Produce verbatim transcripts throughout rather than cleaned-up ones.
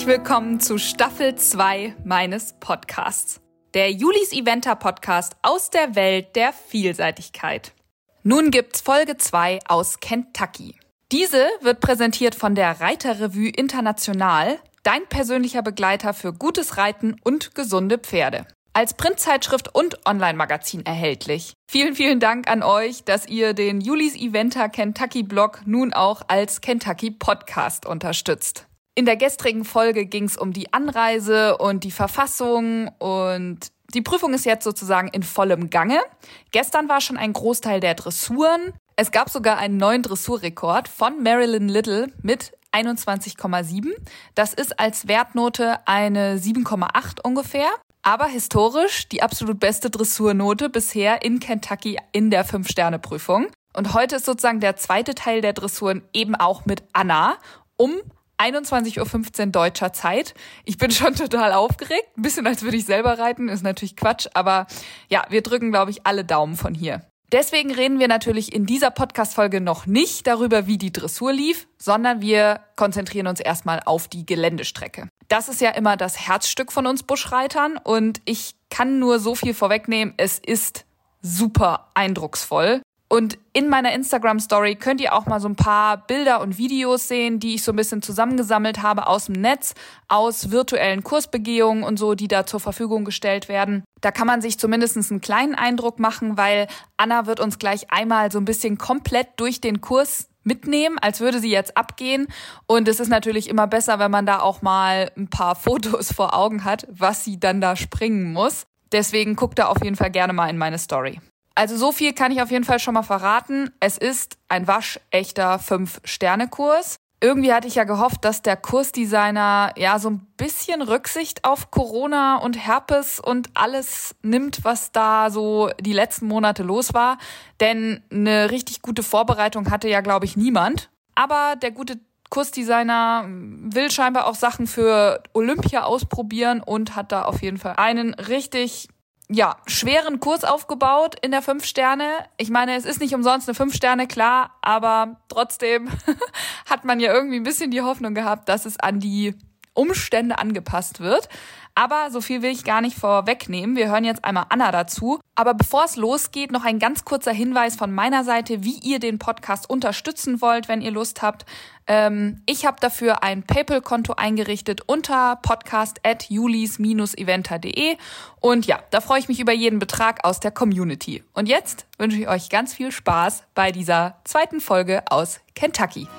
willkommen zu Staffel zwei meines Podcasts. Der Julis Eventer Podcast aus der Welt der Vielseitigkeit. Nun gibt's Folge zwei aus Kentucky. Diese wird präsentiert von der Reiterrevue International, dein persönlicher Begleiter für gutes Reiten und gesunde Pferde. Als Printzeitschrift und Online-Magazin erhältlich. Vielen, vielen Dank an euch, dass ihr den Julis Eventer Kentucky Blog nun auch als Kentucky Podcast unterstützt. In der gestrigen Folge ging es um die Anreise und die Verfassung und die Prüfung ist jetzt sozusagen in vollem Gange. Gestern war schon ein Großteil der Dressuren. Es gab sogar einen neuen Dressurrekord von Marilyn Little mit einundzwanzig Komma sieben. Das ist als Wertnote eine sieben Komma acht ungefähr. Aber historisch die absolut beste Dressurnote bisher in Kentucky in der Fünf-Sterne-Prüfung. Und heute ist sozusagen der zweite Teil der Dressuren eben auch mit Anna um einundzwanzig Uhr fünfzehn deutscher Zeit. Ich bin schon total aufgeregt. Ein bisschen als würde ich selber reiten, ist natürlich Quatsch. Aber ja, wir drücken, glaube ich, alle Daumen von hier. Deswegen reden wir natürlich in dieser Podcast-Folge noch nicht darüber, wie die Dressur lief, sondern wir konzentrieren uns erstmal auf die Geländestrecke. Das ist ja immer das Herzstück von uns Buschreitern und ich kann nur so viel vorwegnehmen, es ist super eindrucksvoll. Und in meiner Instagram-Story könnt ihr auch mal so ein paar Bilder und Videos sehen, die ich so ein bisschen zusammengesammelt habe aus dem Netz, aus virtuellen Kursbegehungen und so, die da zur Verfügung gestellt werden. Da kann man sich zumindest einen kleinen Eindruck machen, weil Anna wird uns gleich einmal so ein bisschen komplett durch den Kurs mitnehmen, als würde sie jetzt abgehen. Und es ist natürlich immer besser, wenn man da auch mal ein paar Fotos vor Augen hat, was sie dann da springen muss. Deswegen guckt da auf jeden Fall gerne mal in meine Story. Also so viel kann ich auf jeden Fall schon mal verraten. Es ist ein waschechter Fünf-Sterne-Kurs. Irgendwie hatte ich ja gehofft, dass der Kursdesigner ja so ein bisschen Rücksicht auf Corona und Herpes und alles nimmt, was da so die letzten Monate los war. Denn eine richtig gute Vorbereitung hatte ja, glaube ich, niemand. Aber der gute Kursdesigner will scheinbar auch Sachen für Olympia ausprobieren und hat da auf jeden Fall einen richtig ja, schweren Kurs aufgebaut in der fünf Sterne. Ich meine, es ist nicht umsonst eine fünf Sterne, klar, aber trotzdem hat man ja irgendwie ein bisschen die Hoffnung gehabt, dass es an die Umstände angepasst wird. Aber so viel will ich gar nicht vorwegnehmen. Wir hören jetzt einmal Anna dazu. Aber bevor es losgeht, noch ein ganz kurzer Hinweis von meiner Seite, wie ihr den Podcast unterstützen wollt, wenn ihr Lust habt. Ähm, ich habe dafür ein PayPal-Konto eingerichtet unter podcast at julis eventer punkt de und ja, da freue ich mich über jeden Betrag aus der Community. Und jetzt wünsche ich euch ganz viel Spaß bei dieser zweiten Folge aus Kentucky.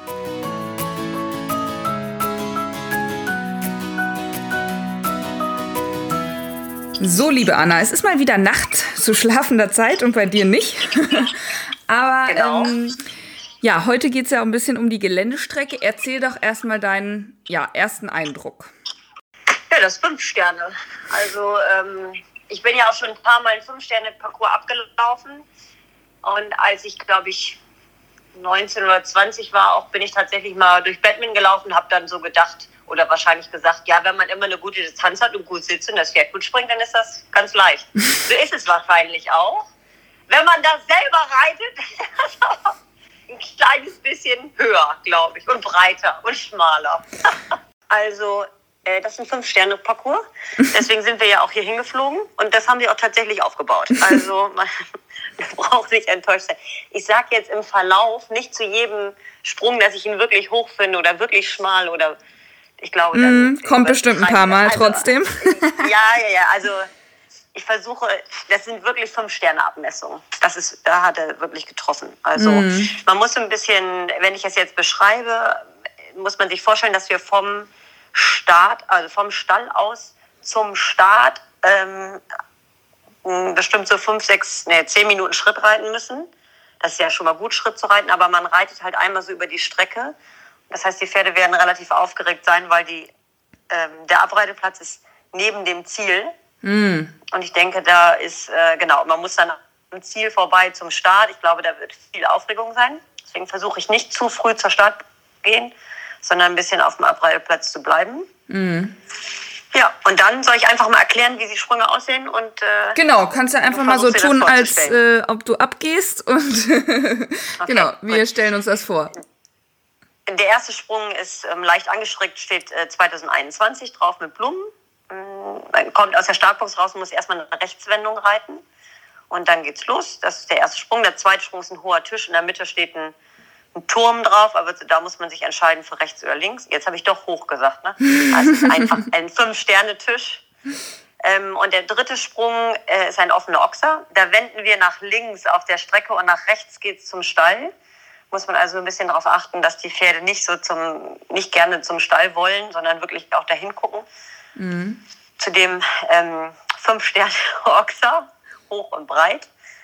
So, liebe Anna, es ist mal wieder Nacht zu schlafender Zeit und bei dir nicht. Aber genau. ähm, ja, heute geht es ja ein bisschen um die Geländestrecke. Erzähl doch erstmal deinen ja, ersten Eindruck. Ja, das fünf Sterne. Also ähm, ich bin ja auch schon ein paar Mal einen fünf Sterne Parcours abgelaufen. Und als ich, glaube ich, neunzehn oder zwanzig war, auch bin ich tatsächlich mal durch Badminton gelaufen, habe dann so gedacht, oder wahrscheinlich gesagt, ja, wenn man immer eine gute Distanz hat und gut sitzt und das Pferd gut springt, dann ist das ganz leicht. So ist es wahrscheinlich auch. Wenn man da selber reitet, ist das aber ein kleines bisschen höher, glaube ich, und breiter und schmaler. Also, äh, das ist ein fünf Sterne Parcours. Deswegen sind wir ja auch hier hingeflogen und das haben wir auch tatsächlich aufgebaut. Also, man braucht nicht enttäuscht sein. Ich sage jetzt im Verlauf nicht zu jedem Sprung, dass ich ihn wirklich hoch finde oder wirklich schmal oder ich glaube, dann mm, kommt bestimmt ein paar Mal also, trotzdem. Ja, ja, ja. Also ich versuche, das sind wirklich fünf Sterne Abmessungen. Das ist, da hat er wirklich getroffen. Also mm. man muss ein bisschen, wenn ich es jetzt beschreibe, muss man sich vorstellen, dass wir vom Start, also vom Stall aus zum Start ähm, bestimmt so fünf, sechs, nee, zehn Minuten Schritt reiten müssen. Das ist ja schon mal gut, Schritt zu reiten, aber man reitet halt einmal so über die Strecke. Das heißt, die Pferde werden relativ aufgeregt sein, weil die, ähm, der Abreiteplatz ist neben dem Ziel. Mm. Und ich denke, da ist, äh, genau, man muss dann am Ziel vorbei zum Start. Ich glaube, da wird viel Aufregung sein. Deswegen versuche ich nicht zu früh zur Start zu gehen, sondern ein bisschen auf dem Abreiteplatz zu bleiben. Mm. Ja, und dann soll ich einfach mal erklären, wie die Sprünge aussehen. Und, äh, genau, kannst du einfach mal so tun, als äh, ob du abgehst. Und okay, genau, wir gut. stellen uns das vor. der erste Sprung ist ähm, leicht angestrickt, steht äh, zwanzig einundzwanzig drauf mit Blumen. Man kommt aus der Startbox raus und muss erstmal eine Rechtswendung reiten. Und dann geht's los. Das ist der erste Sprung. Der zweite Sprung ist ein hoher Tisch. In der Mitte steht ein, ein Turm drauf, aber da muss man sich entscheiden für rechts oder links. Jetzt habe ich doch hoch gesagt, ne? Also es ist einfach ein Fünf-Sterne-Tisch. Ähm, und der dritte Sprung äh, ist ein offener Ochser. Da wenden wir nach links auf der Strecke und nach rechts geht's zum Stall. Muss man also ein bisschen darauf achten, dass die Pferde nicht so zum, nicht gerne zum Stall wollen, sondern wirklich auch dahin gucken. Mhm. Zu dem ähm, Fünf-Sterne-Ochser, hoch und breit.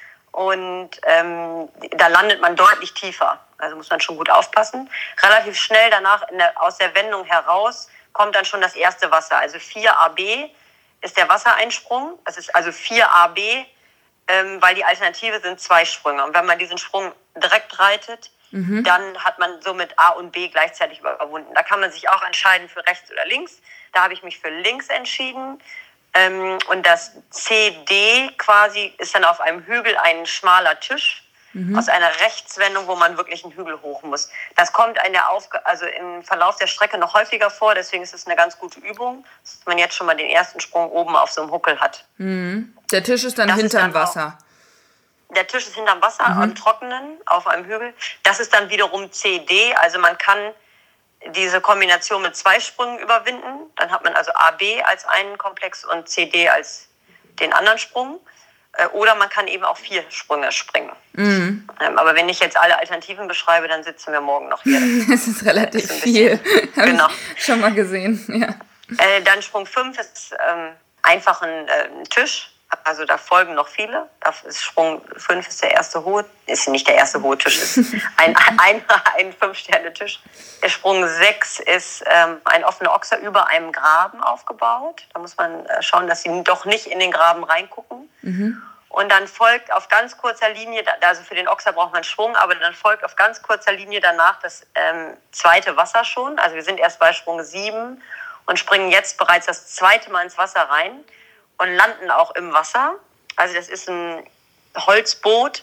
Und ähm, da landet man deutlich tiefer. Also muss man schon gut aufpassen. Relativ schnell danach in der, aus der Wendung heraus kommt dann schon das erste Wasser. Also vier A B ist der Wassereinsprung. Das ist also vier A B, ähm, weil die Alternative sind zwei Sprünge. Und wenn man diesen Sprung direkt reitet, mhm. dann hat man somit A und B gleichzeitig überwunden. Da kann man sich auch entscheiden für rechts oder links. Da habe ich mich für links entschieden. Ähm, und das C D quasi ist dann auf einem Hügel ein schmaler Tisch mhm. aus einer Rechtswendung, wo man wirklich einen Hügel hoch muss. Das kommt in der Aufg- also im Verlauf der Strecke noch häufiger vor. Deswegen ist es eine ganz gute Übung, dass man jetzt schon mal den ersten Sprung oben auf so einem Huckel hat. Mhm. Der Tisch ist dann das hinterm ist dann Wasser. Auch, der Tisch ist hinterm Wasser, mhm. am Trockenen, auf einem Hügel. Das ist dann wiederum C D. Also man kann diese Kombination mit zwei Sprüngen überwinden. Dann hat man also A B als einen Komplex und C D als den anderen Sprung. Oder man kann eben auch vier Sprünge springen. Mhm. Aber wenn ich jetzt alle Alternativen beschreibe, dann sitzen wir morgen noch hier. Das ist relativ das ist viel. Habe genau. ich schon mal gesehen. Ja. Äh, dann Sprung fünf ist ähm, einfach ein, äh, ein Tisch. Also da folgen noch viele. Das ist Sprung fünf ist der erste hohe, ist nicht der erste hohe Tisch, ist ein, ein, ein Fünf-Sterne-Tisch. Der Sprung sechs ist ähm, ein offener Ochser über einem Graben aufgebaut. Da muss man äh, schauen, dass sie doch nicht in den Graben reingucken. Mhm. Und dann folgt auf ganz kurzer Linie, also für den Ochser braucht man Schwung, aber dann folgt auf ganz kurzer Linie danach das ähm, zweite Wasser schon. Also wir sind erst bei Sprung sieben und springen jetzt bereits das zweite Mal ins Wasser rein. Und landen auch im Wasser. Also das ist ein Holzboot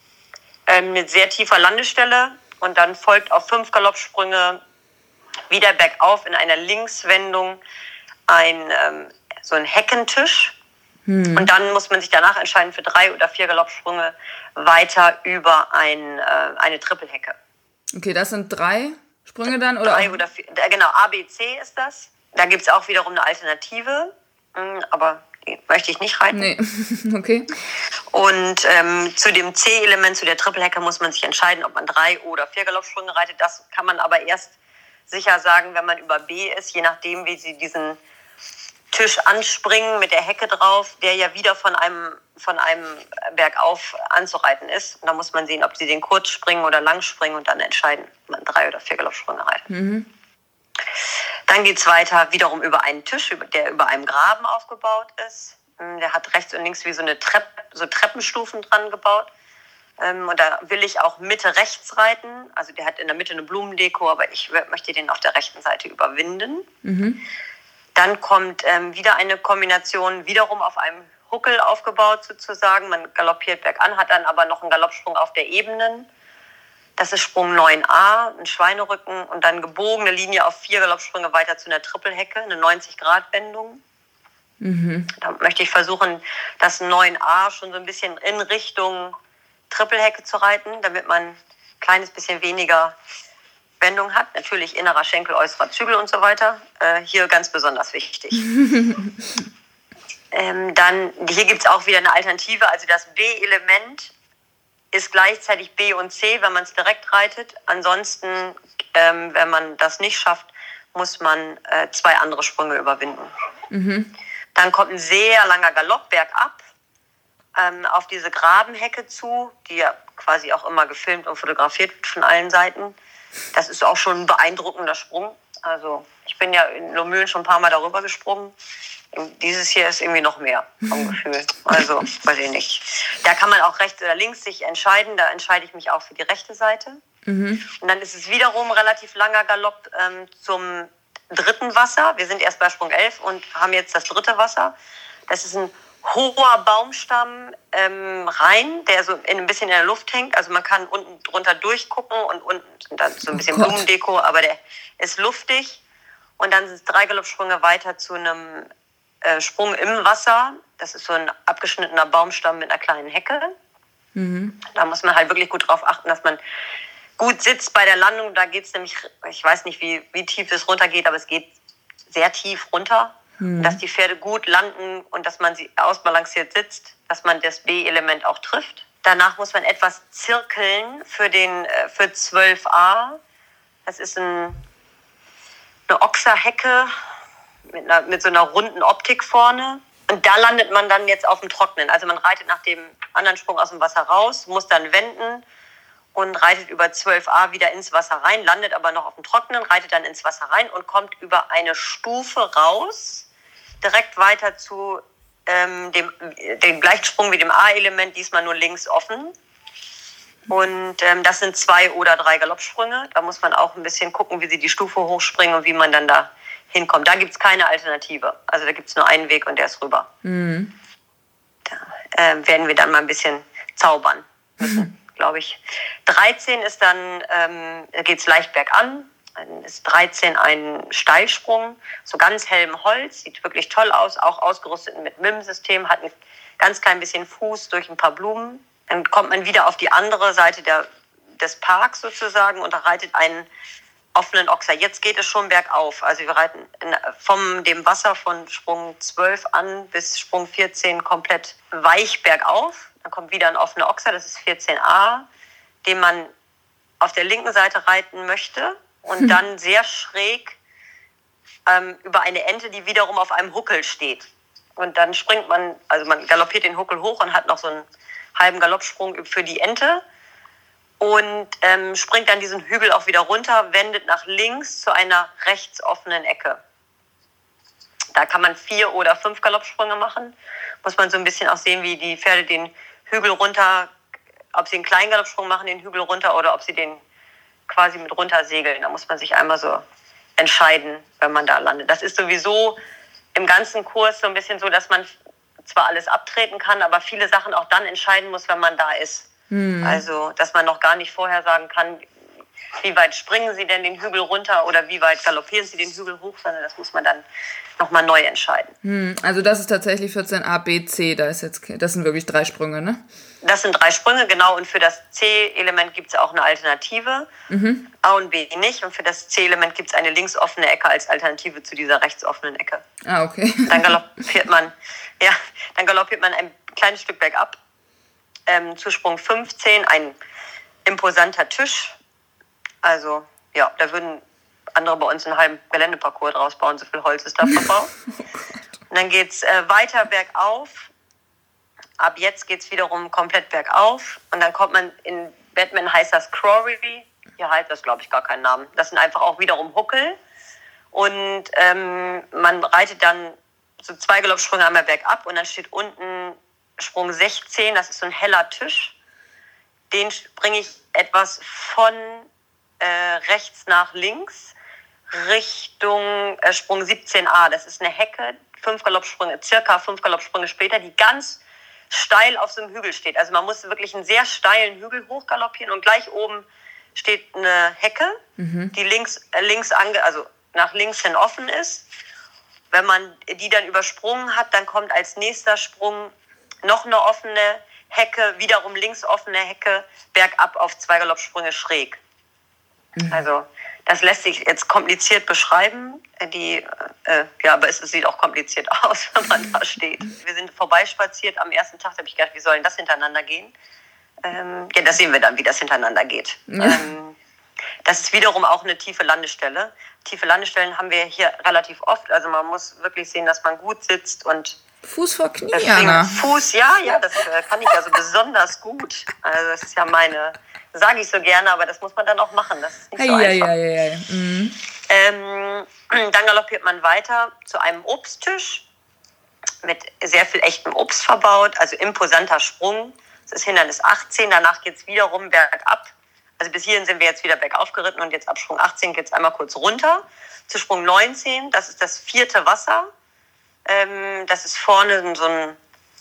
äh, mit sehr tiefer Landestelle. Und dann folgt auf fünf Galoppsprünge wieder bergauf in einer Linkswendung ein, ähm, so ein Heckentisch. Hm. Und dann muss man sich danach entscheiden für drei oder vier Galoppsprünge weiter über ein, äh, eine Trippelhecke. Okay, das sind drei Sprünge dann? Oder drei oder vier, genau, A, B, C ist das. Da gibt es auch wiederum eine Alternative. Aber die möchte ich nicht reiten. Nee, okay. Und ähm, zu dem C-Element, zu der Trippelhecke, muss man sich entscheiden, ob man drei oder vier Galoppsprünge reitet. Das kann man aber erst sicher sagen, wenn man über B ist, je nachdem, wie sie diesen Tisch anspringen mit der Hecke drauf, der ja wieder von einem, von einem bergauf anzureiten ist. Und da muss man sehen, ob sie den kurz springen oder lang springen und dann entscheiden, ob man drei oder vier Galoppsprünge reitet. Mhm. Dann geht es weiter wiederum über einen Tisch, der über einem Graben aufgebaut ist. Der hat rechts und links wie so eine Treppe, so Treppenstufen dran gebaut. Und da will ich auch Mitte rechts reiten. Also der hat in der Mitte eine Blumendeko, aber ich möchte den auf der rechten Seite überwinden. Mhm. Dann kommt ähm, wieder eine Kombination, wiederum auf einem Huckel aufgebaut sozusagen. Man galoppiert bergan, hat dann aber noch einen Galoppsprung auf der Ebenen. Das ist Sprung neun a, ein Schweinerücken und dann gebogene Linie auf vier Galoppsprünge weiter zu einer Trippelhecke, eine neunzig-Grad-Wendung. Mhm. Da möchte ich versuchen, das neun a schon so ein bisschen in Richtung Trippelhecke zu reiten, damit man ein kleines bisschen weniger Wendung hat. Natürlich innerer Schenkel, äußerer Zügel und so weiter. Äh, hier ganz besonders wichtig. ähm, dann, hier gibt es auch wieder eine Alternative, also das B-Element ist gleichzeitig B und C, wenn man es direkt reitet. Ansonsten, ähm, wenn man das nicht schafft, muss man äh, zwei andere Sprünge überwinden. Mhm. Dann kommt ein sehr langer Galopp bergab ähm, auf diese Grabenhecke zu, die ja quasi auch immer gefilmt und fotografiert wird von allen Seiten. Das ist auch schon ein beeindruckender Sprung. Also ich bin ja in Lomülen schon ein paar Mal darüber gesprungen. Dieses hier ist irgendwie noch mehr vom Gefühl. Also, weiß ich nicht. Da kann man auch rechts oder links sich entscheiden. Da entscheide ich mich auch für die rechte Seite. Mhm. Und dann ist es wiederum relativ langer Galopp ähm, zum dritten Wasser. Wir sind erst bei Sprung elf und haben jetzt das dritte Wasser. Das ist ein hoher Baumstamm ähm, rein, der so in, ein bisschen in der Luft hängt. Also man kann unten drunter durchgucken und unten dann so ein bisschen oh Blumendeko, aber der ist luftig. Und dann sind es drei Galoppsprünge weiter zu einem äh, Sprung im Wasser. Das ist so ein abgeschnittener Baumstamm mit einer kleinen Hecke. Mhm. Da muss man halt wirklich gut drauf achten, dass man gut sitzt bei der Landung. Da geht es nämlich, ich weiß nicht, wie, wie tief es runtergeht, aber es geht sehr tief runter. Mhm. Dass die Pferde gut landen und dass man sie ausbalanciert sitzt, dass man das B-Element auch trifft. Danach muss man etwas zirkeln für, den, für zwölf a. Das ist ein, eine Ochserhecke mit, einer, mit so einer runden Optik vorne. Und da landet man dann jetzt auf dem Trocknen. Also man reitet nach dem anderen Sprung aus dem Wasser raus, muss dann wenden und reitet über zwölf a wieder ins Wasser rein, landet aber noch auf dem Trocknen, reitet dann ins Wasser rein und kommt über eine Stufe raus, direkt weiter zu ähm, dem, dem gleichen Sprung wie dem A-Element, diesmal nur links offen. Und ähm, das sind zwei oder drei Galoppsprünge. Da muss man auch ein bisschen gucken, wie sie die Stufe hochspringen und wie man dann da hinkommt. Da gibt es keine Alternative. Also da gibt es nur einen Weg und der ist rüber. Mhm. Da äh, werden wir dann mal ein bisschen zaubern müssen, glaube ich. dreizehn ist dann, ähm, geht es leicht bergan. Dann ist dreizehn ein Steilsprung, so ganz hellem Holz, sieht wirklich toll aus, auch ausgerüstet mit M I M-System, hat ein ganz klein bisschen Fuß durch ein paar Blumen. Dann kommt man wieder auf die andere Seite der, des Parks sozusagen und reitet einen offenen Ochser. Jetzt geht es schon bergauf. Also wir reiten in, vom dem Wasser von Sprung zwölf an bis Sprung vierzehn komplett weich bergauf. Dann kommt wieder ein offener Ochser, das ist vierzehn a, den man auf der linken Seite reiten möchte. Und dann sehr schräg ähm, über eine Ente, die wiederum auf einem Huckel steht. Und dann springt man, also man galoppiert den Huckel hoch und hat noch so einen halben Galoppsprung für die Ente und ähm, springt dann diesen Hügel auch wieder runter, wendet nach links zu einer rechts offenen Ecke. Da kann man vier oder fünf Galoppsprünge machen. Muss man so ein bisschen auch sehen, wie die Pferde den Hügel runter, ob sie einen kleinen Galoppsprung machen, den Hügel runter, oder ob sie den quasi mit runter segeln. Da muss man sich einmal so entscheiden, wenn man da landet. Das ist sowieso im ganzen Kurs so ein bisschen so, dass man zwar alles abtreten kann, aber viele Sachen auch dann entscheiden muss, wenn man da ist. Mhm. Also, dass man noch gar nicht vorher sagen kann, wie weit springen sie denn den Hügel runter oder wie weit galoppieren sie den Hügel hoch, sondern das muss man dann nochmal neu entscheiden. Mhm. Also das ist tatsächlich vierzehn a, B, C, da ist jetzt, das sind wirklich drei Sprünge, ne? Das sind drei Sprünge, genau. Und für das C-Element gibt es auch eine Alternative. Mhm. A und B nicht. Und für das C-Element gibt es eine linksoffene Ecke als Alternative zu dieser rechtsoffenen Ecke. Ah, okay. Dann galoppiert man, ja, dann galoppiert man ein kleines Stück bergab ähm, zu Sprung fünfzehn, ein imposanter Tisch. Also, ja, da würden andere bei uns einen halben Geländeparcours draus bauen, so viel Holz ist da verbaut. Und dann geht es äh, weiter bergauf. Ab jetzt geht es wiederum komplett bergauf. Und dann kommt man in Batman, heißt das Quarry. Hier heißt das, glaube ich, gar keinen Namen. Das sind einfach auch wiederum Huckel. Und ähm, man reitet dann so zwei Galoppsprünge einmal bergab. Und dann steht unten Sprung sechzehn, das ist so ein heller Tisch. Den springe ich etwas von äh, rechts nach links Richtung äh, Sprung siebzehn a. Das ist eine Hecke, fünf Galoppsprünge, circa fünf Galoppsprünge später, die ganz steil auf so einem Hügel steht. Also man muss wirklich einen sehr steilen Hügel hochgaloppieren und gleich oben steht eine Hecke, mhm. die links, äh, links ange, also nach links hin offen ist. Wenn man die dann übersprungen hat, dann kommt als nächster Sprung noch eine offene Hecke, wiederum links offene Hecke, bergab auf zwei Galoppsprünge schräg. Mhm. Also das lässt sich jetzt kompliziert beschreiben. Die, äh, ja, aber es sieht auch kompliziert aus, wenn man da steht. Wir sind vorbeispaziert am ersten Tag, da habe ich gedacht, wie soll denn das hintereinander gehen? Ähm, ja, das sehen wir dann, wie das hintereinander geht. Ja. Ähm, das ist wiederum auch eine tiefe Landestelle. Tiefe Landestellen haben wir hier relativ oft. Also man muss wirklich sehen, dass man gut sitzt und Fuß vor Knie, Anna. Fuß, ja, ja, das äh, kann ich also besonders gut. Also das ist ja meine, sage ich so gerne, aber das muss man dann auch machen. Das ist nicht so ja, einfach. Ja, ja, ja. Mhm. Ähm, dann galoppiert man weiter zu einem Obsttisch mit sehr viel echtem Obst verbaut, also imposanter Sprung. Das ist Hindernis achtzehn, danach geht es wiederum bergab. Also bis hierhin sind wir jetzt wieder bergauf geritten und jetzt ab Sprung achtzehn geht es einmal kurz runter zu Sprung neunzehn. Das ist das vierte Wasser. Ähm, das ist vorne so ein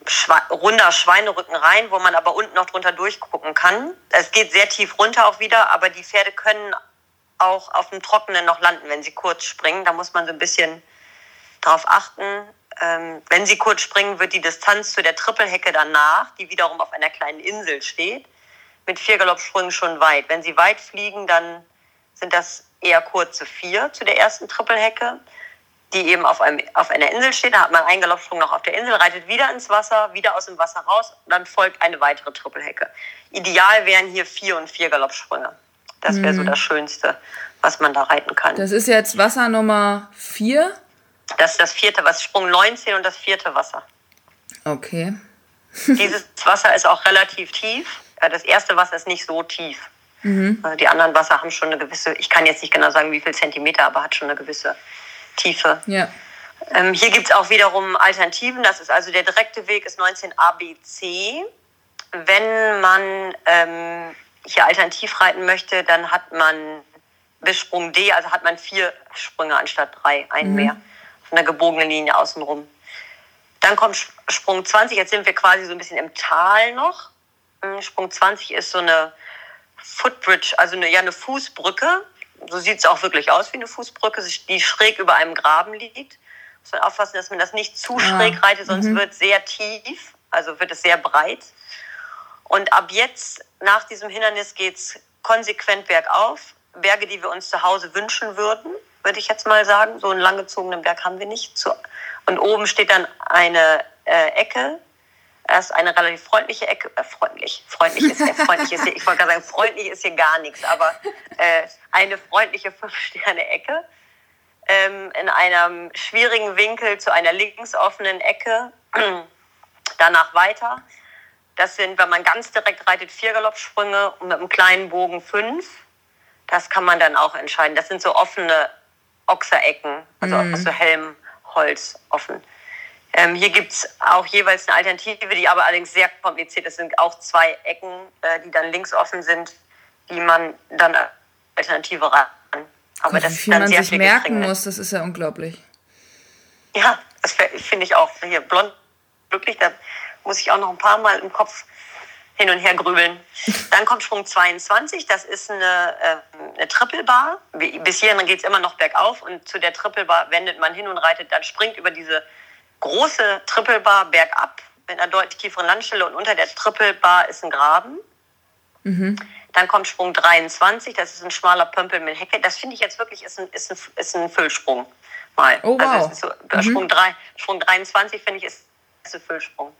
Schwe- runder Schweinerücken rein, wo man aber unten noch drunter durchgucken kann. Es geht sehr tief runter auch wieder, aber die Pferde können auch auf dem Trockenen noch landen, wenn sie kurz springen. Da muss man so ein bisschen drauf achten. Ähm, wenn sie kurz springen, wird die Distanz zu der Trippelhecke danach, die wiederum auf einer kleinen Insel steht, mit vier Galoppsprüngen schon weit. Wenn sie weit fliegen, dann sind das eher kurze vier zu der ersten Trippelhecke, die eben auf, einem, auf einer Insel steht. Da hat man einen Galoppsprung noch auf der Insel, reitet wieder ins Wasser, wieder aus dem Wasser raus, dann folgt eine weitere Trippelhecke. Ideal wären hier vier und vier Galoppsprünge. Das wäre mhm. so das Schönste, was man da reiten kann. Das ist jetzt Wasser Nummer vier? Das ist das vierte, was Sprung neunzehn und das vierte Wasser. Okay. Dieses Wasser ist auch relativ tief. Das erste Wasser ist nicht so tief. Mhm. Die anderen Wasser haben schon eine gewisse, ich kann jetzt nicht genau sagen, wie viel Zentimeter, aber hat schon eine gewisse Tiefe. Ja. Ähm, hier gibt es auch wiederum Alternativen. Das ist also der direkte Weg ist neunzehn A B C. Wenn man ähm, hier alternativ reiten möchte, dann hat man bis Sprung D, also hat man vier Sprünge anstatt drei, einen mhm. mehr. Von der gebogenen Linie außenrum. Dann kommt Sprung zwanzig, jetzt sind wir quasi so ein bisschen im Tal noch. Sprung zwanzig ist so eine Footbridge, also eine, ja, eine Fußbrücke. So sieht es auch wirklich aus wie eine Fußbrücke, die schräg über einem Graben liegt. Muss man aufpassen, dass man das nicht zu schräg ah. reitet, sonst mhm. wird es sehr tief, also wird es sehr breit. Und ab jetzt, nach diesem Hindernis, geht es konsequent bergauf. Berge, die wir uns zu Hause wünschen würden, würde ich jetzt mal sagen. So einen langgezogenen Berg haben wir nicht. Und oben steht dann eine äh, Ecke. Erst eine relativ freundliche Ecke. Äh, freundlich. Freundlich ist, äh, freundlich ist hier, ich wollte gerade sagen, freundlich ist hier gar nichts, aber äh, eine freundliche Fünf-Sterne-Ecke. Ähm, in einem schwierigen Winkel zu einer linksoffenen Ecke. Danach weiter. Das sind, wenn man ganz direkt reitet, vier Galoppsprünge und mit einem kleinen Bogen fünf. Das kann man dann auch entscheiden. Das sind so offene Ochserecken, also mm. aus so Helmholz offen. Ähm, hier gibt es auch jeweils eine Alternative, die aber allerdings sehr kompliziert ist. Es sind auch zwei Ecken, äh, die dann links offen sind, die man dann Alternative reiten kann. Aber Gott, das wie viel man sich merken muss, das ist ja unglaublich. Ja, das finde ich auch. Hier blond, wirklich, da muss ich auch noch ein paar Mal im Kopf hin und her grübeln. Dann kommt Sprung zweiundzwanzig, das ist eine, äh, eine Trippelbar. Bis hierhin geht es immer noch bergauf und zu der Trippelbar wendet man hin und reitet, dann springt über diese große Trippelbar bergab mit einer deutlich tieferen Landstelle und unter der Trippelbar ist ein Graben. Mhm. Dann kommt Sprung dreiundzwanzig, das ist ein schmaler Pömpel mit Hecke. Das finde ich jetzt wirklich ist ein, ist ein, ist ein Füllsprung. Mal. Oh, wow. Also es ist so, mhm. Sprung, drei, Sprung dreiundzwanzig finde ich ist ein Füllsprung.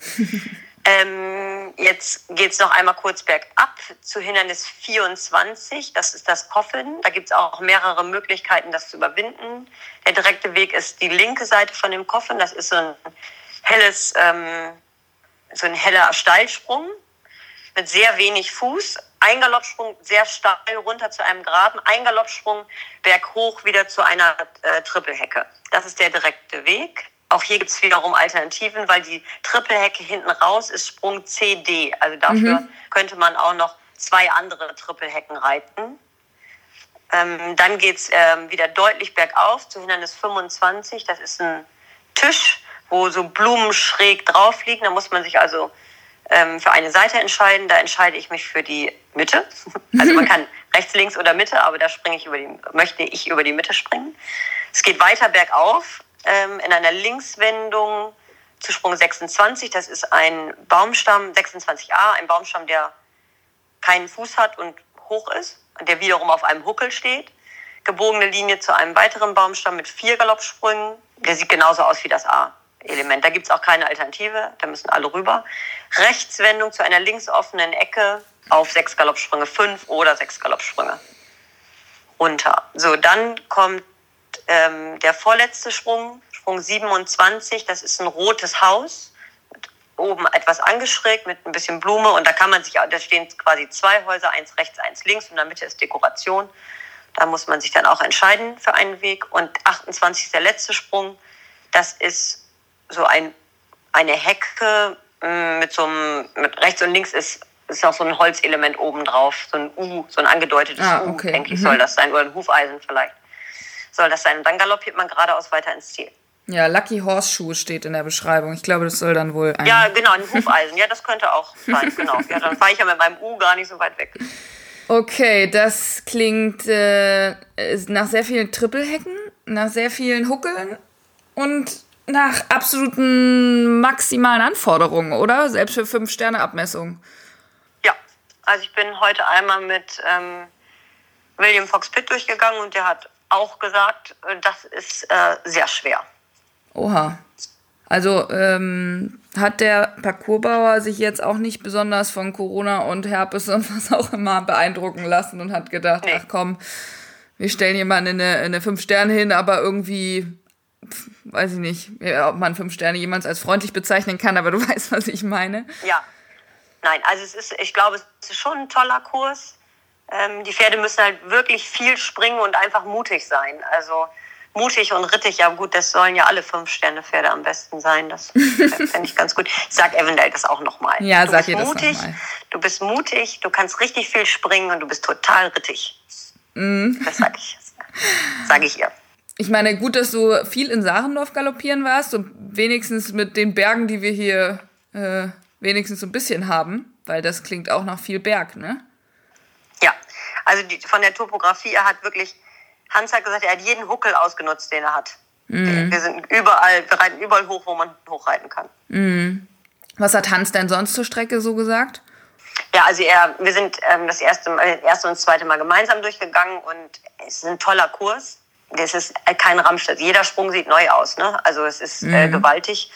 ähm, jetzt geht es noch einmal kurz bergab zu Hindernis vierundzwanzig. Das ist das Koffen. Da gibt es auch mehrere Möglichkeiten, das zu überwinden. Der direkte Weg ist die linke Seite von dem Koffen. Das ist so ein helles, ähm, so ein heller Steilsprung mit sehr wenig Fuß. Ein Galoppsprung sehr steil runter zu einem Graben. Ein Galoppsprung berghoch wieder zu einer äh, Trippelhecke. Das ist der direkte Weg. Auch hier gibt es wiederum Alternativen, weil die Trippelhecke hinten raus ist Sprung C D. Also dafür mhm. könnte man auch noch zwei andere Trippelhecken reiten. Ähm, dann geht es ähm, wieder deutlich bergauf zu Hindernis fünfundzwanzig. Das ist ein Tisch, wo so Blumen schräg drauf liegen. Da muss man sich also ähm, für eine Seite entscheiden. Da entscheide ich mich für die Mitte. Also man kann rechts, links oder Mitte, aber da springe ich über die, möchte ich über die Mitte springen. Es geht weiter bergauf. In einer Linkswendung zu Sprung sechsundzwanzig. Das ist ein Baumstamm, sechsundzwanzig a, ein Baumstamm, der keinen Fuß hat und hoch ist, der wiederum auf einem Huckel steht. Gebogene Linie zu einem weiteren Baumstamm mit vier Galoppsprüngen. Der sieht genauso aus wie das A-Element. Da gibt es auch keine Alternative, da müssen alle rüber. Rechtswendung zu einer linksoffenen Ecke auf sechs Galoppsprünge, fünf oder sechs Galoppsprünge runter. So, dann kommt Ähm, der vorletzte Sprung, Sprung siebenundzwanzig, das ist ein rotes Haus, mit oben etwas angeschrägt mit ein bisschen Blume und da kann man sich, da stehen quasi zwei Häuser, eins rechts, eins links und in der Mitte ist Dekoration. Da muss man sich dann auch entscheiden für einen Weg. Und achtundzwanzig ist der letzte Sprung, das ist so ein, eine Hecke mit so einem, mit rechts und links ist, ist noch so ein Holzelement oben drauf, so ein U, so ein angedeutetes ah, okay. U, denke ich, mhm. soll das sein, oder ein Hufeisen vielleicht. Soll das sein. Und dann galoppiert man geradeaus weiter ins Ziel. Ja, Lucky Horseshoe steht in der Beschreibung. Ich glaube, das soll dann wohl ein... Ja, genau, ein Hufeisen. Ja, das könnte auch sein, genau. Ja, dann fahre ich ja mit meinem U gar nicht so weit weg. Okay, das klingt äh, nach sehr vielen Trippelhecken, nach sehr vielen Huckeln und nach absoluten maximalen Anforderungen, oder? Selbst für fünf-Sterne-Abmessung. Ja, also ich bin heute einmal mit ähm, William Fox Pitt durchgegangen und der hat auch gesagt, das ist äh, sehr schwer. Oha. Also ähm, hat der Parcoursbauer sich jetzt auch nicht besonders von Corona und Herpes und was auch immer beeindrucken lassen und hat gedacht, nee. ach komm, wir stellen jemanden in eine, in eine fünf Sterne hin, aber irgendwie, pf, weiß ich nicht, ob man fünf Sterne jemals als freundlich bezeichnen kann, aber du weißt, was ich meine. Ja, nein, also es ist, ich glaube, es ist schon ein toller Kurs. Ähm, die Pferde müssen halt wirklich viel springen und einfach mutig sein. Also mutig und rittig, ja gut, das sollen ja alle Fünf-Sterne-Pferde am besten sein. Das fände ich ganz gut. Ich sag Avondale das auch nochmal. Ja, du sag bist ihr das mutig, nochmal. Du bist mutig, du kannst richtig viel springen und du bist total rittig. Mm. Das sag ich. Sag ich ihr. Ich meine, gut, dass du viel in Sarendorf galoppieren warst und wenigstens mit den Bergen, die wir hier äh, wenigstens so ein bisschen haben, weil das klingt auch nach viel Berg, ne? Ja, also die, von der Topografie, er hat wirklich... Hans hat gesagt, er hat jeden Huckel ausgenutzt, den er hat. Mhm. Wir sind überall, wir reiten überall hoch, wo man hochreiten kann. Mhm. Was hat Hans denn sonst zur Strecke so gesagt? Ja, also er, wir sind ähm, das erste, Mal, erste und das zweite Mal gemeinsam durchgegangen und es ist ein toller Kurs. Das ist kein Ramschritt. Jeder Sprung sieht neu aus, ne? Also es ist mhm. äh, gewaltig.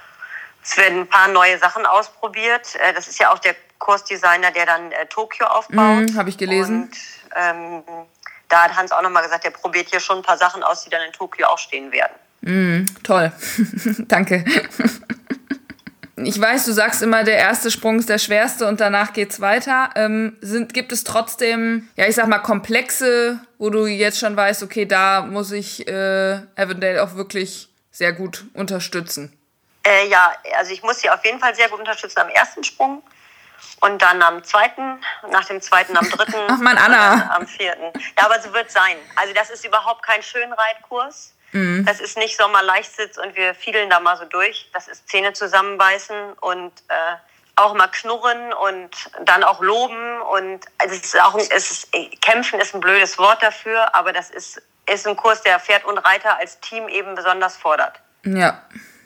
Es werden ein paar neue Sachen ausprobiert. Äh, das ist ja auch der Kursdesigner, der dann äh, Tokio aufbaut. Mhm, habe ich gelesen. Und ähm, da hat Hans auch nochmal gesagt, er probiert hier schon ein paar Sachen aus, die dann in Tokio auch stehen werden. Mm, toll. Danke. Ich weiß, du sagst immer, der erste Sprung ist der schwerste und danach geht's weiter. Ähm, sind, gibt es trotzdem, ja, ich sag mal, Komplexe, wo du jetzt schon weißt, okay, da muss ich äh, Avondale auch wirklich sehr gut unterstützen? Äh, ja, also ich muss sie auf jeden Fall sehr gut unterstützen am ersten Sprung. Und dann am zweiten, nach dem zweiten am dritten. Ach man, Anna. Am vierten. Ja, aber so wird es sein. Also das ist überhaupt kein Schönreitkurs. Mhm. Das ist nicht Sommerleichtsitz und wir fiedeln da mal so durch. Das ist Zähne zusammenbeißen und äh, auch mal knurren und dann auch loben. Und also es ist auch, es ist, kämpfen ist ein blödes Wort dafür, aber das ist, ist ein Kurs, der Pferd und Reiter als Team eben besonders fordert. Ja.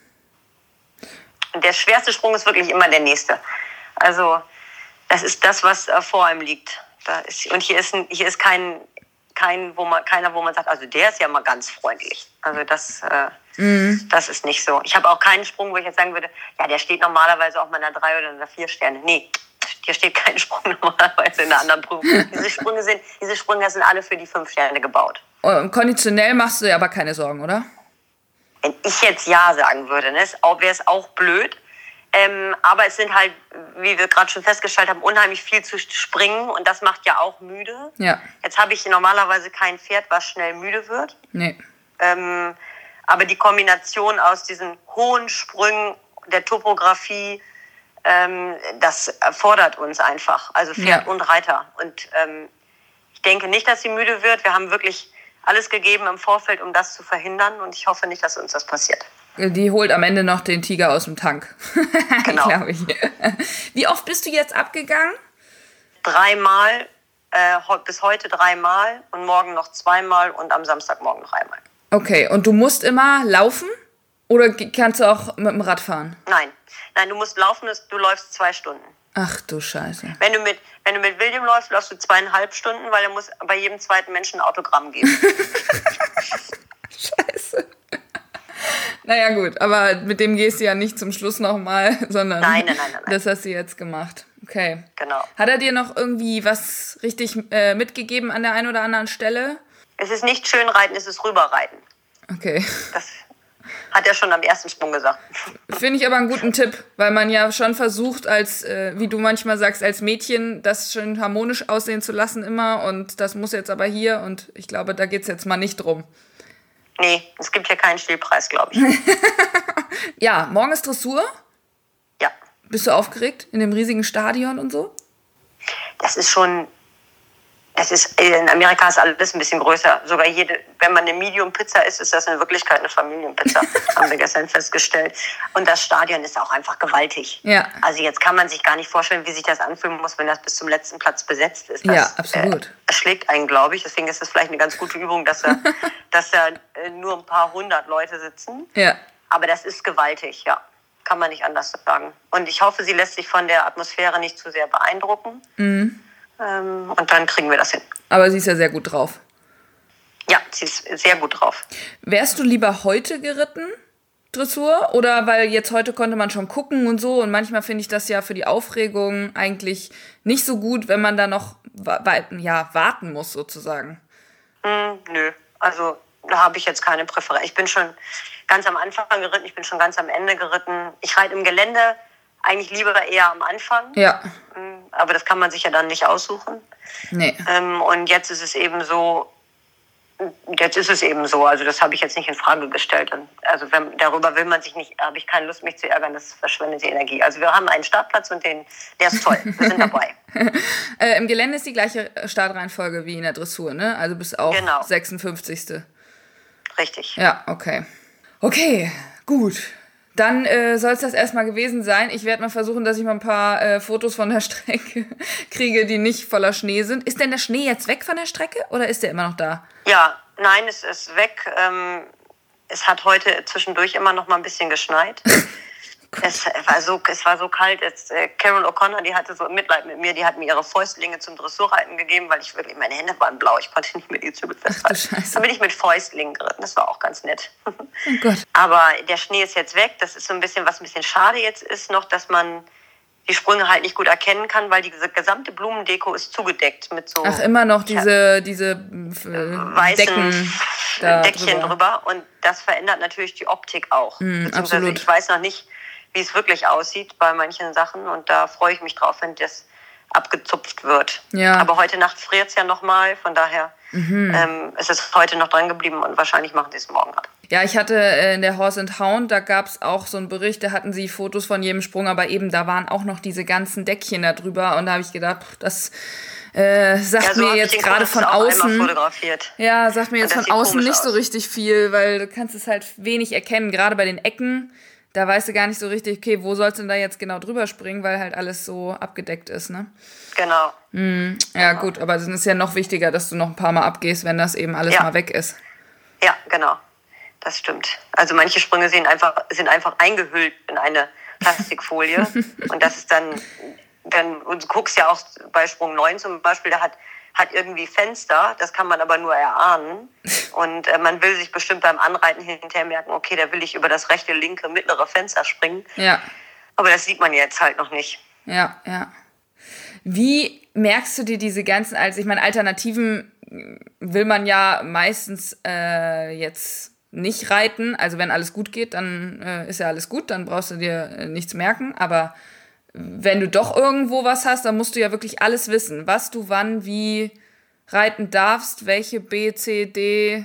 Und der schwerste Sprung ist wirklich immer der nächste. Also das ist das, was äh, vor einem liegt. Da ist, und hier ist, ein, hier ist kein, kein, wo man, keiner, wo man sagt, also der ist ja mal ganz freundlich. Also das, äh, mhm. das ist nicht so. Ich habe auch keinen Sprung, wo ich jetzt sagen würde, ja, der steht normalerweise auch mal in einer drei oder in einer vier Sterne. Nee, hier steht kein Sprung normalerweise in einer anderen Prüfung. Diese Sprünge sind, diese Sprünge sind alle für die fünf Sterne gebaut. Und konditionell machst du dir aber keine Sorgen, oder? Wenn ich jetzt Ja sagen würde, ne, wäre es auch blöd. Ähm, aber es sind halt, wie wir gerade schon festgestellt haben, unheimlich viel zu springen und das macht ja auch müde. Ja. Jetzt habe ich normalerweise kein Pferd, was schnell müde wird. Nee. Ähm, aber die Kombination aus diesen hohen Sprüngen, der Topografie, ähm, das erfordert uns einfach, also Pferd ja. und Reiter. Und ähm, ich denke nicht, dass sie müde wird. Wir haben wirklich alles gegeben im Vorfeld, um das zu verhindern und ich hoffe nicht, dass uns das passiert. Die holt am Ende noch den Tiger aus dem Tank. Genau. Glaube ich. Wie oft bist du jetzt abgegangen? Dreimal, äh, bis heute dreimal und morgen noch zweimal und am Samstagmorgen noch einmal. Okay, und du musst immer laufen oder kannst du auch mit dem Rad fahren? Nein, nein, du musst laufen, du läufst zwei Stunden. Ach du Scheiße. Wenn du mit, wenn du mit William läufst, läufst du zweieinhalb Stunden, weil er muss bei jedem zweiten Menschen ein Autogramm geben. Scheiße. Naja gut, aber mit dem gehst du ja nicht zum Schluss nochmal, sondern nein, nein, nein, nein, das hast du jetzt gemacht. Okay. Genau. Hat er dir noch irgendwie was richtig äh, mitgegeben an der einen oder anderen Stelle? Es ist nicht Schönreiten, es ist Rüberreiten. Okay. Das hat er schon am ersten Sprung gesagt. Finde ich aber einen guten Tipp, weil man ja schon versucht, als, äh, wie du manchmal sagst, als Mädchen das schön harmonisch aussehen zu lassen immer und das muss jetzt aber hier und ich glaube, da geht's jetzt mal nicht drum. Nee, es gibt hier keinen Stillpreis, glaube ich. Ja, morgen ist Dressur? Ja. Bist du aufgeregt in dem riesigen Stadion und so? Das ist schon, Es ist, in Amerika ist alles ein bisschen größer. Sogar jede, wenn man eine Medium-Pizza isst, ist das in Wirklichkeit eine Familienpizza, haben wir gestern festgestellt. Und das Stadion ist auch einfach gewaltig. Ja. Also jetzt kann man sich gar nicht vorstellen, wie sich das anfühlen muss, wenn das bis zum letzten Platz besetzt ist. Das, ja, absolut. Äh, erschlägt einen, glaube ich. Deswegen ist das vielleicht eine ganz gute Übung, dass da, dass da äh, nur ein paar hundert Leute sitzen. Ja. Aber das ist gewaltig, ja. Kann man nicht anders sagen. Und ich hoffe, sie lässt sich von der Atmosphäre nicht zu sehr beeindrucken. Mhm. Ähm, und dann kriegen wir das hin. Aber sie ist ja sehr gut drauf. Ja, sie ist sehr gut drauf. Wärst du lieber heute geritten, Dressur? Oder weil jetzt heute konnte man schon gucken und so. Und manchmal finde ich das ja für die Aufregung eigentlich nicht so gut, wenn man da noch ja, warten muss, sozusagen. Mm, nö, also da habe ich jetzt keine Präferenz. Ich bin schon ganz am Anfang geritten, ich bin schon ganz am Ende geritten. Ich reite im Gelände eigentlich lieber eher am Anfang. Ja. Aber das kann man sich ja dann nicht aussuchen. Nee. Ähm, und jetzt ist es eben so, jetzt ist es eben so, also das habe ich jetzt nicht in Frage gestellt. Also wenn, darüber will man sich nicht, habe ich keine Lust, mich zu ärgern, das verschwendet die Energie. Also wir haben einen Startplatz und den, der ist toll, wir sind dabei. äh, Im Gelände ist die gleiche Startreihenfolge wie in der Dressur, ne? Also bis auf genau. sechsundfünfzigste Richtig. Ja, okay. Okay, gut. Dann äh, soll es das erstmal gewesen sein. Ich werde mal versuchen, dass ich mal ein paar äh, Fotos von der Strecke kriege, die nicht voller Schnee sind. Ist denn der Schnee jetzt weg von der Strecke oder ist der immer noch da? Ja, nein, es ist weg. Ähm, es hat heute zwischendurch immer noch mal ein bisschen geschneit. Es war so, es war so kalt. Jetzt, äh, Carol O'Connor, die hatte so Mitleid mit mir. Die hat mir ihre Fäustlinge zum Dressurreiten gegeben, weil ich wirklich, meine Hände waren blau. Ich konnte nicht mit ihr Zügel festhalten. Dann bin ich mit Fäustlingen geritten. Das war auch ganz nett. Oh Gott. Aber der Schnee ist jetzt weg. Das ist so ein bisschen, was ein bisschen schade jetzt ist noch, dass man die Sprünge halt nicht gut erkennen kann, weil die gesamte Blumendeko ist zugedeckt mit so... Ach, immer noch diese, diese äh, weißen Decken Deckchen drüber. drüber. Und das verändert natürlich die Optik auch. Mm, Beziehungsweise absolut. Ich weiß noch nicht, wie es wirklich aussieht bei manchen Sachen. Und da freue ich mich drauf, wenn das abgezupft wird. Ja. Aber heute Nacht friert es ja nochmal. Von daher mhm. ähm, ist es heute noch dran geblieben und wahrscheinlich machen sie es morgen ab. Ja, ich hatte äh, in der Horse and Hound, da gab es auch so einen Bericht, da hatten sie Fotos von jedem Sprung, aber eben da waren auch noch diese ganzen Deckchen da drüber. Und da habe ich gedacht, pff, das äh, sagt ja, so mir jetzt gerade von außen... Ja, sagt mir jetzt von außen nicht aus. so richtig viel, weil du kannst es halt wenig erkennen, gerade bei den Ecken. Da weißt du gar nicht so richtig, okay, wo sollst du denn da jetzt genau drüber springen, weil halt alles so abgedeckt ist, ne? Genau. Mhm. Ja, genau. Gut, aber es ist ja noch wichtiger, dass du noch ein paar Mal abgehst, wenn das eben alles ja. mal weg ist. Ja, genau. Das stimmt. Also manche Sprünge sind einfach, sind einfach eingehüllt in eine Plastikfolie. Und das ist dann, dann, und du guckst ja auch bei Sprung neun zum Beispiel, der hat hat irgendwie Fenster, das kann man aber nur erahnen. Und äh, man will sich bestimmt beim Anreiten hinterher merken, okay, da will ich über das rechte, linke, mittlere Fenster springen. Ja. Aber das sieht man jetzt halt noch nicht. Ja, ja. Wie merkst du dir diese ganzen, also ich meine, Alternativen will man ja meistens äh, jetzt nicht reiten. Also wenn alles gut geht, dann äh, ist ja alles gut, dann brauchst du dir äh, nichts merken. Aber wenn du doch irgendwo was hast, dann musst du ja wirklich alles wissen, was du wann, wie reiten darfst, welche B, C, D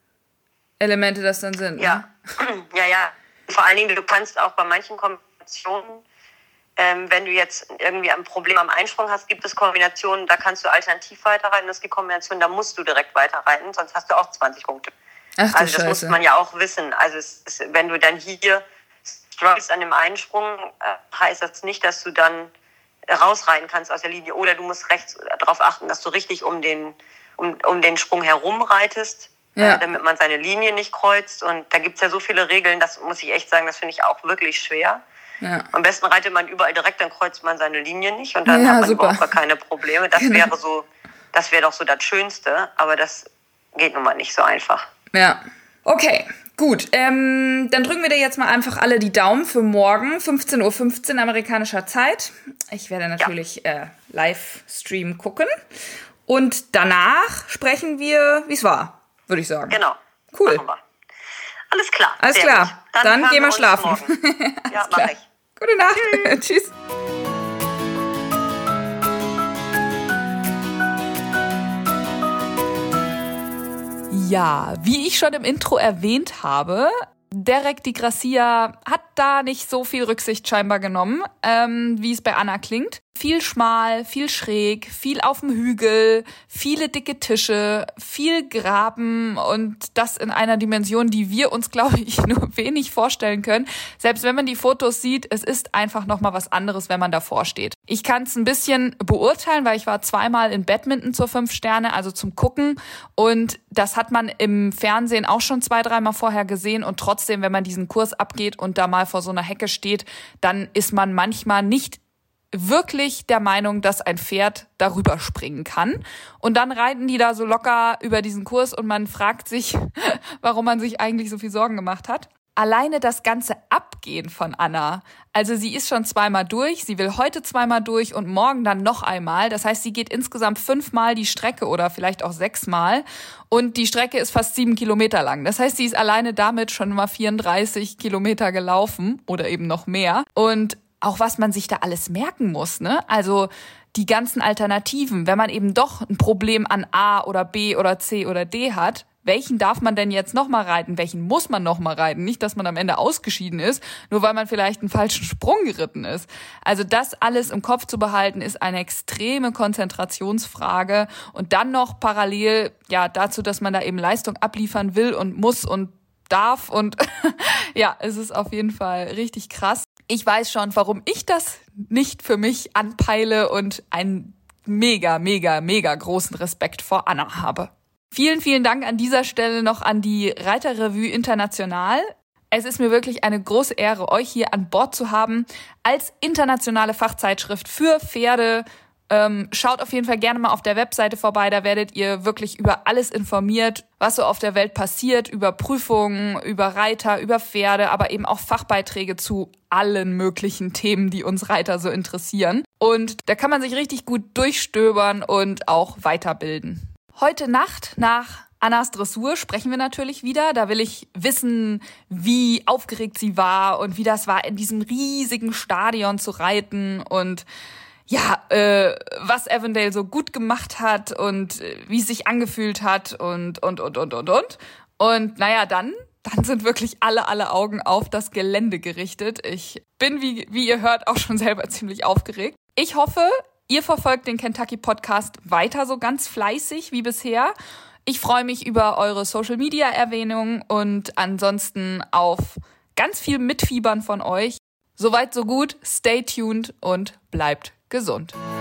Elemente das dann sind. Ja, ne? ja, ja. Vor allen Dingen, du kannst auch bei manchen Kombinationen, ähm, wenn du jetzt irgendwie ein Problem am Einsprung hast, gibt es Kombinationen, da kannst du alternativ weiterreiten. Es gibt Kombinationen, da musst du direkt weiterreiten, sonst hast du auch zwanzig Punkte. Ach, also das Scheiße. muss man ja auch wissen. Also es ist, wenn du dann hier struggles an dem Einsprung, äh, heißt das nicht, dass du dann rausreiten kannst aus der Linie. Oder du musst rechts darauf achten, dass du richtig um den, um, um den Sprung herum reitest, ja. äh, damit man seine Linie nicht kreuzt. Und da gibt es ja so viele Regeln, das muss ich echt sagen, das finde ich auch wirklich schwer. Ja. Am besten reitet man überall direkt, dann kreuzt man seine Linie nicht und dann ja, hat man super. überhaupt gar keine Probleme. Das genau. wäre so, das wäre doch so das Schönste, aber das geht nun mal nicht so einfach. Ja, okay. Gut, ähm, dann drücken wir dir jetzt mal einfach alle die Daumen für morgen, fünfzehn Uhr fünfzehn amerikanischer Zeit. Ich werde natürlich ja. äh, Livestream gucken. Und danach sprechen wir, wie es war, würde ich sagen. Genau. Cool. Machen wir. Alles klar. Alles Sehr klar. Gut. Dann, dann gehen wir schlafen. Ja, mach ich. Gute Nacht. Tschüss. Tschüss. Ja, wie ich schon im Intro erwähnt habe, Derek Di Gracia hat da nicht so viel Rücksicht scheinbar genommen, ähm, wie es bei Anna klingt. Viel schmal, viel schräg, viel auf dem Hügel, viele dicke Tische, viel Graben und das in einer Dimension, die wir uns, glaube ich, nur wenig vorstellen können. Selbst wenn man die Fotos sieht, es ist einfach nochmal was anderes, wenn man davor steht. Ich kann es ein bisschen beurteilen, weil ich war zweimal in Badminton zur fünf Sterne, also zum Gucken, und das hat man im Fernsehen auch schon zwei, dreimal vorher gesehen und trotzdem, wenn man diesen Kurs abgeht und da mal vor so einer Hecke steht, dann ist man manchmal nicht wirklich der Meinung, dass ein Pferd darüber springen kann. Und dann reiten die da so locker über diesen Kurs und man fragt sich, warum man sich eigentlich so viel Sorgen gemacht hat. Alleine das ganze Abgehen von Anna, also sie ist schon zweimal durch, sie will heute zweimal durch und morgen dann noch einmal. Das heißt, sie geht insgesamt fünfmal die Strecke oder vielleicht auch sechsmal und die Strecke ist fast sieben Kilometer lang. Das heißt, sie ist alleine damit schon mal vierunddreißig Kilometer gelaufen oder eben noch mehr. Und auch was man sich da alles merken muss, ne? Also die ganzen Alternativen, wenn man eben doch ein Problem an A oder B oder C oder D hat, welchen darf man denn jetzt nochmal reiten? Welchen muss man nochmal reiten? Nicht, dass man am Ende ausgeschieden ist, nur weil man vielleicht einen falschen Sprung geritten ist. Also das alles im Kopf zu behalten, ist eine extreme Konzentrationsfrage und dann noch parallel ja dazu, dass man da eben Leistung abliefern will und muss und darf und ja, es ist auf jeden Fall richtig krass. Ich weiß schon, warum ich das nicht für mich anpeile und einen mega, mega, mega großen Respekt vor Anna habe. Vielen, vielen Dank an dieser Stelle noch an die Reiterrevue International. Es ist mir wirklich eine große Ehre, euch hier an Bord zu haben als internationale Fachzeitschrift für Pferde. Ähm, schaut auf jeden Fall gerne mal auf der Webseite vorbei, da werdet ihr wirklich über alles informiert, was so auf der Welt passiert, über Prüfungen, über Reiter, über Pferde, aber eben auch Fachbeiträge zu allen möglichen Themen, die uns Reiter so interessieren. Und da kann man sich richtig gut durchstöbern und auch weiterbilden. Heute Nacht nach Annas Dressur sprechen wir natürlich wieder. Da will ich wissen, wie aufgeregt sie war und wie das war, in diesem riesigen Stadion zu reiten und ja, äh, was Avondale so gut gemacht hat und äh, wie es sich angefühlt hat und, und, und, und, und, und. Und naja, dann, dann sind wirklich alle, alle Augen auf das Gelände gerichtet. Ich bin, wie, wie ihr hört, auch schon selber ziemlich aufgeregt. Ich hoffe, ihr verfolgt den Kentucky Podcast weiter so ganz fleißig wie bisher. Ich freue mich über eure Social-Media-Erwähnungen und ansonsten auf ganz viel Mitfiebern von euch. Soweit, so gut. Stay tuned und bleibt gesund.